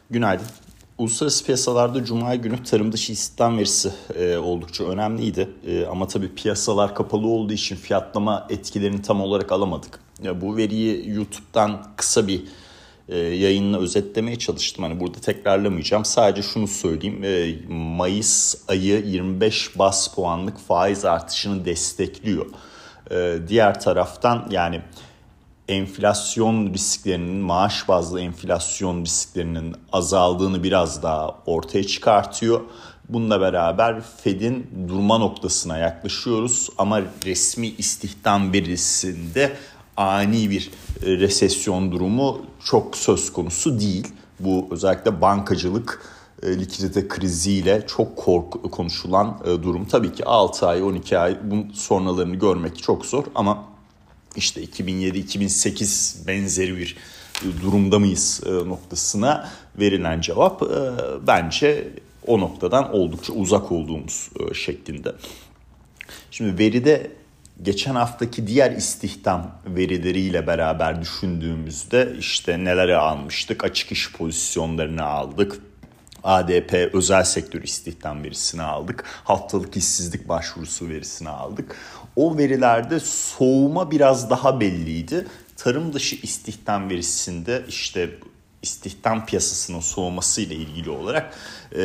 Günaydın. Uluslararası piyasalarda Cuma günü tarım dışı istihdam verisi oldukça önemliydi. Ama tabii piyasalar kapalı olduğu için fiyatlama etkilerini tam olarak alamadık. Bu veriyi YouTube'dan kısa bir yayınla özetlemeye çalıştım. Hani burada tekrarlamayacağım. Sadece şunu söyleyeyim. Mayıs ayı 25 bas puanlık faiz artışını destekliyor. Diğer taraftan yani enflasyon risklerinin, maaş bazlı enflasyon risklerinin azaldığını biraz daha ortaya çıkartıyor. Bununla beraber Fed'in durma noktasına yaklaşıyoruz ama resmi istihdam verisinde ani bir resesyon durumu çok söz konusu değil. Bu özellikle bankacılık likidite kriziyle çok konuşulan durum. Tabii ki 6 ay, 12 ay bunun sonralarını görmek çok zor ama İşte 2007-2008 benzeri bir durumda mıyız noktasına verilen cevap bence o noktadan oldukça uzak olduğumuz şeklinde. Şimdi veride geçen haftaki diğer istihdam verileriyle beraber düşündüğümüzde işte neleri almıştık? Açık iş pozisyonlarını aldık. ADP özel sektör istihdam verisini aldık. Haftalık işsizlik başvurusu verisini aldık. O verilerde soğuma biraz daha belliydi. Tarım dışı istihdam verisinde işte istihdam piyasasının soğumasıyla ilgili olarak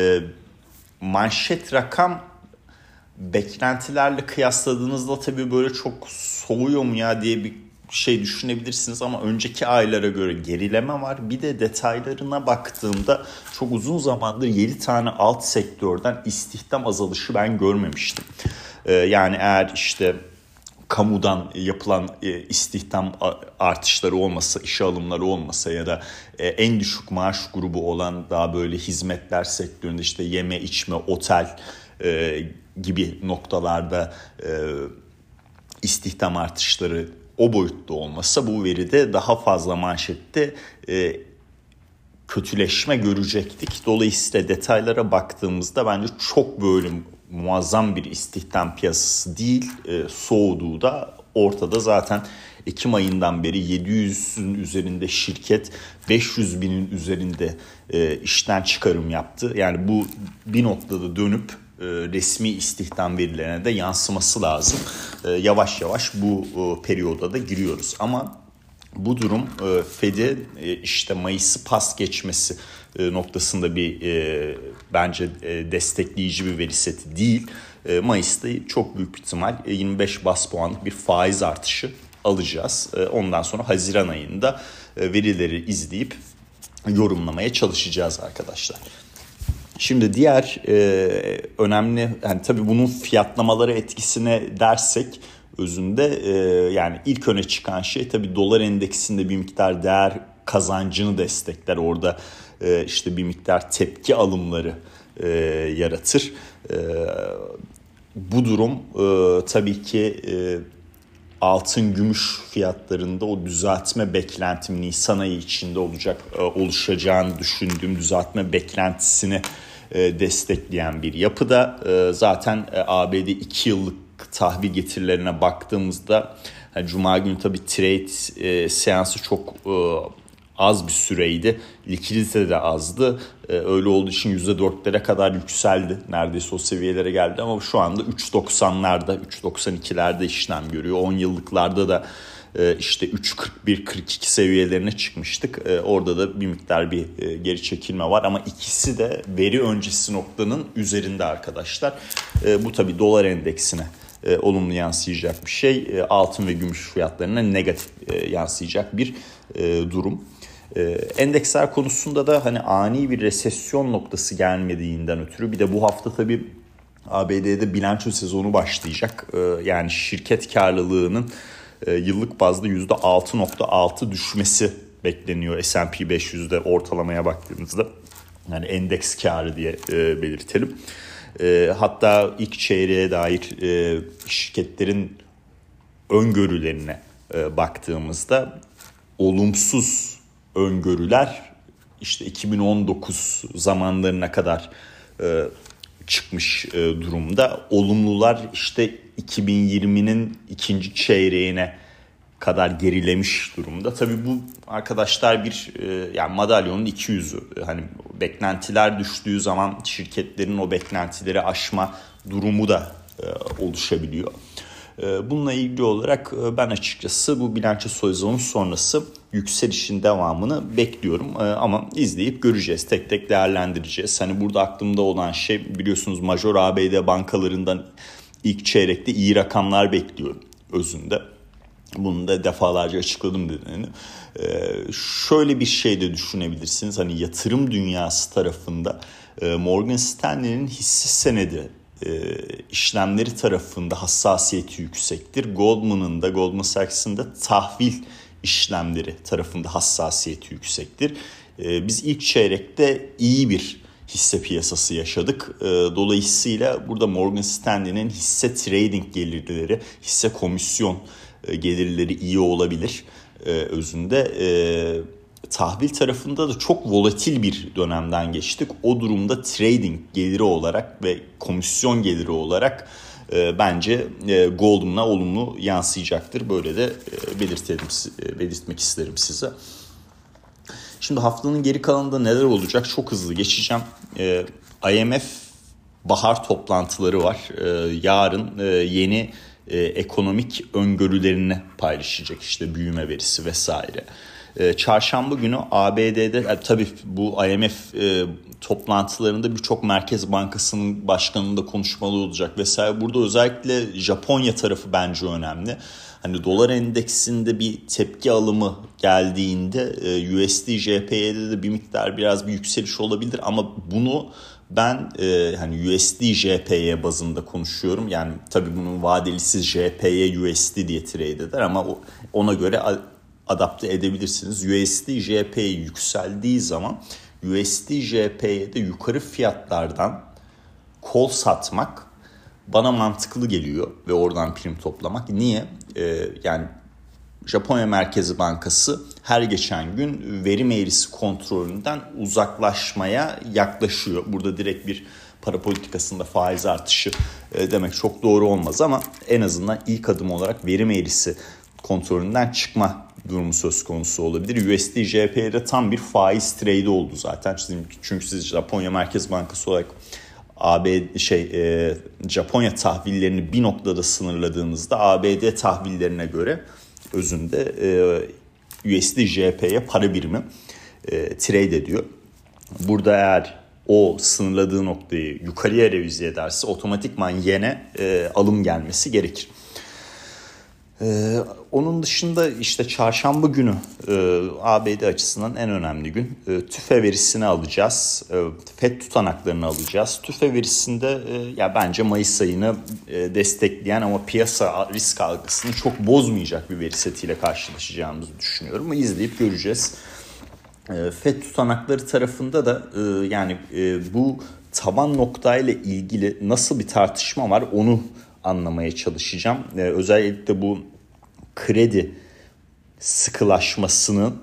manşet rakam beklentilerle kıyasladığınızda tabii böyle çok soğuyor mu ya diye bir şey düşünebilirsiniz ama önceki aylara göre gerileme var. Bir de detaylarına baktığımda çok uzun zamandır 7 tane alt sektörden istihdam azalışı ben görmemiştim. Yani eğer işte kamudan yapılan istihdam artışları olmasa, işe alımları olmasa ya da en düşük maaş grubu olan daha böyle hizmetler sektöründe işte yeme, içme, otel gibi noktalarda istihdam artışları o boyutta olmasa bu veride daha fazla manşette kötüleşme görecektik. Dolayısıyla detaylara baktığımızda bence çok böyle muazzam bir istihdam piyasası değil, soğuduğu da ortada. Zaten Ekim ayından beri 700'ün üzerinde şirket 500 binin üzerinde işten çıkarım yaptı. Yani bu bir noktada dönüp resmi istihdam verilerine de yansıması lazım. Yavaş yavaş bu periyoda da giriyoruz ama bu durum Fed'e işte Mayıs'ı pas geçmesi noktasında bir bence destekleyici bir veri seti değil. Mayıs'ta çok büyük ihtimal 25 bas puanlık bir faiz artışı alacağız. Ondan sonra Haziran ayında verileri izleyip yorumlamaya çalışacağız arkadaşlar. Şimdi diğer önemli yani tabii bunun fiyatlamalara etkisine dersek özünde yani ilk öne çıkan şey tabii dolar endeksinde bir miktar değer kazancını destekler. Orada işte bir miktar tepki alımları yaratır. Bu durum tabii ki altın gümüş fiyatlarında o düzeltme beklentim Nisan ayı içinde oluşacağını düşündüğüm düzeltme beklentisini destekleyen bir yapıda. Zaten ABD 2 yıllık tahvil getirilerine baktığımızda Cuma günü tabii trade seansı çok az bir süreydi. Likidite de azdı. Öyle olduğu için %4'lere kadar yükseldi. Neredeyse o seviyelere geldi ama şu anda 3.90'larda, 3.92'lerde işlem görüyor. 10 yıllıklarda da işte 3.41-42 seviyelerine çıkmıştık. Orada da bir miktar bir geri çekilme var ama ikisi de veri öncesi noktanın üzerinde arkadaşlar. Bu tabii dolar endeksine olumlu yansıyacak bir şey. Altın ve gümüş fiyatlarına negatif yansıyacak bir durum. Endeksler konusunda da hani ani bir resesyon noktası gelmediğinden ötürü bir de bu hafta tabii ABD'de bilanço sezonu başlayacak. Yani şirket karlılığının yıllık bazda %6.6 düşmesi bekleniyor S&P 500'de ortalamaya baktığımızda. Yani endeks karı diye belirtelim. Hatta ilk çeyreğe dair şirketlerin öngörülerine baktığımızda olumsuz öngörüler işte 2019 zamanlarına kadar çıkmış durumda. Olumlular işte 2020'nin ikinci çeyreğine kadar gerilemiş durumda. Tabii bu arkadaşlar bir yani madalyonun iki yüzü. Hani beklentiler düştüğü zaman şirketlerin o beklentileri aşma durumu da oluşabiliyor. Bununla ilgili olarak ben açıkçası bu bilanço sezonu sonrası yükselişin devamını bekliyorum. Ama izleyip göreceğiz. Tek tek değerlendireceğiz. Hani burada aklımda olan şey, biliyorsunuz major ABD bankalarından ilk çeyrekte iyi rakamlar bekliyorum özünde. Bunu da defalarca açıkladım dediğini. Şöyle bir şey de düşünebilirsiniz. Hani yatırım dünyası tarafında Morgan Stanley'nin hisse senedi işlemleri tarafında hassasiyeti yüksektir. Goldman Sachs'ın da tahvil işlemleri tarafında hassasiyeti yüksektir. Biz ilk çeyrekte iyi bir hisse piyasası yaşadık. Dolayısıyla burada Morgan Stanley'nin hisse trading gelirleri, hisse komisyon gelirleri iyi olabilir özünde. Tahvil tarafında da çok volatil bir dönemden geçtik. O durumda trading geliri olarak ve komisyon geliri olarak bence Goldman'a olumlu yansıyacaktır. Böyle de belirtmek isterim size. Şimdi haftanın geri kalanında neler olacak çok hızlı geçeceğim. IMF bahar toplantıları var. Yarın yeni ekonomik öngörülerini paylaşacak, işte büyüme verisi vesaire. Çarşamba günü ABD'de tabii bu IMF toplantılarında birçok merkez bankasının başkanının da konuşmaları olacak vesaire. Burada özellikle Japonya tarafı bence önemli. Hani dolar endeksinde bir tepki alımı geldiğinde USD JPY'de de bir miktar biraz bir yükseliş olabilir ama bunu ben hani USD JPY bazında konuşuyorum. Yani tabii bunun vadelisi JPY USD diye trade eder ama ona göre adapte edebilirsiniz. USD JPY yükseldiği zaman USD JPY'de yukarı fiyatlardan call satmak bana mantıklı geliyor ve oradan prim toplamak. Niye? Yani Japonya Merkezi Bankası her geçen gün verim eğrisi kontrolünden uzaklaşmaya yaklaşıyor. Burada direkt bir para politikasında faiz artışı demek çok doğru olmaz ama en azından ilk adım olarak verim eğrisi kontrolünden çıkma durumu söz konusu olabilir. USD JPY'de tam bir faiz trade oldu zaten. Çünkü siz Japonya Merkez Bankası olarak Japonya tahvillerini bir noktada sınırladığınızda ABD tahvillerine göre özünde USD JP'ye para birimi trade ediyor. Burada eğer o sınırladığı noktayı yukarıya revize ederse otomatikman yene alım gelmesi gerekir. Onun dışında işte çarşamba günü ABD açısından en önemli gün. TÜFE verisini alacağız. FED tutanaklarını alacağız. TÜFE verisinde ya bence Mayıs ayını destekleyen ama piyasa risk algısını çok bozmayacak bir veri setiyle karşılaşacağımızı düşünüyorum. İzleyip göreceğiz. FED tutanakları tarafında da yani bu taban noktayla ilgili nasıl bir tartışma var onu anlamaya çalışacağım. Özellikle bu kredi sıkılaşmasının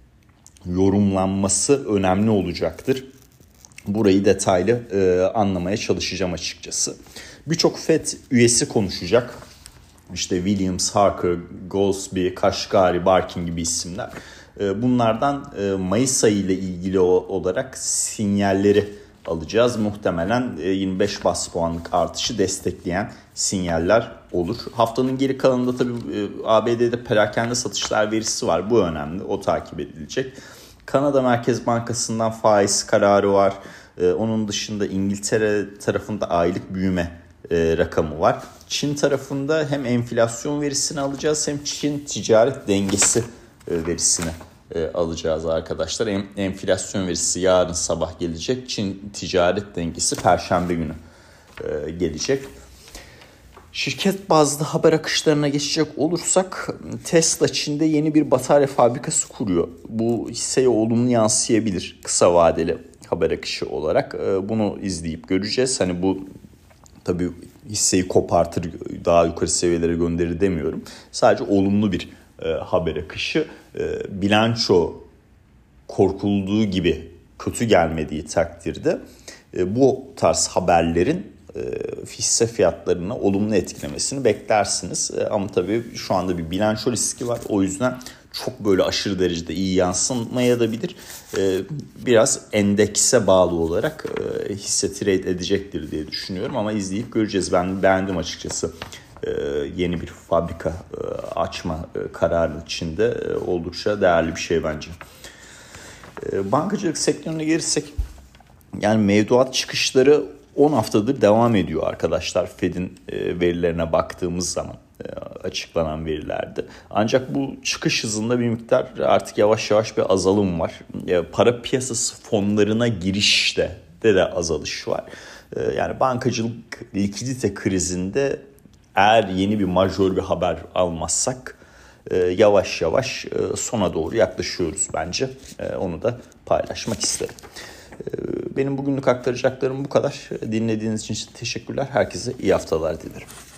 yorumlanması önemli olacaktır. Burayı detaylı anlamaya çalışacağım açıkçası. Birçok FED üyesi konuşacak. İşte Williams, Harker, Goldsby, Kashgari, Barkin gibi isimler. Bunlardan Mayıs ayı ile ilgili olarak sinyalleri alacağız. Muhtemelen 25 bas puanlık artışı destekleyen sinyaller olur. Haftanın geri kalanında tabii ABD'de perakende satışlar verisi var. Bu önemli. O takip edilecek. Kanada Merkez Bankası'ndan faiz kararı var. Onun dışında İngiltere tarafında aylık büyüme rakamı var. Çin tarafında hem enflasyon verisini alacağız hem Çin ticaret dengesi verisini alacağız arkadaşlar. Enflasyon verisi yarın sabah gelecek. Çin ticaret dengesi Perşembe günü gelecek. Şirket bazlı haber akışlarına geçecek olursak Tesla Çin'de yeni bir batarya fabrikası kuruyor. Bu hisseye olumlu yansıyabilir kısa vadeli haber akışı olarak. Bunu izleyip göreceğiz. Hani bu tabii hisseyi kopartır, daha yukarı seviyelere gönderir demiyorum. Sadece olumlu bir haber akışı. Bilanço korkulduğu gibi kötü gelmediği takdirde bu tarz haberlerin hisse fiyatlarına olumlu etkilemesini beklersiniz. Ama tabii şu anda bir bilanço riski var. O yüzden çok böyle aşırı derecede iyi yansımayabilir. Biraz endekse bağlı olarak hisse trade edecektir diye düşünüyorum ama izleyip göreceğiz. Ben beğendim açıkçası. Yeni bir fabrika açma kararı içinde oldukça değerli bir şey bence. Bankacılık sektörüne gelirsek, yani mevduat çıkışları 10 haftadır devam ediyor arkadaşlar. Fed'in verilerine baktığımız zaman açıklanan verilerde. Ancak bu çıkış hızında bir miktar artık yavaş yavaş bir azalım var. Para piyasası fonlarına girişte de azalış var. Yani bankacılık likidite krizinde eğer yeni bir majör bir haber almazsak yavaş yavaş sona doğru yaklaşıyoruz bence. Onu da paylaşmak isterim. Benim bugünlük aktaracaklarım bu kadar. Dinlediğiniz için teşekkürler. Herkese iyi haftalar dilerim.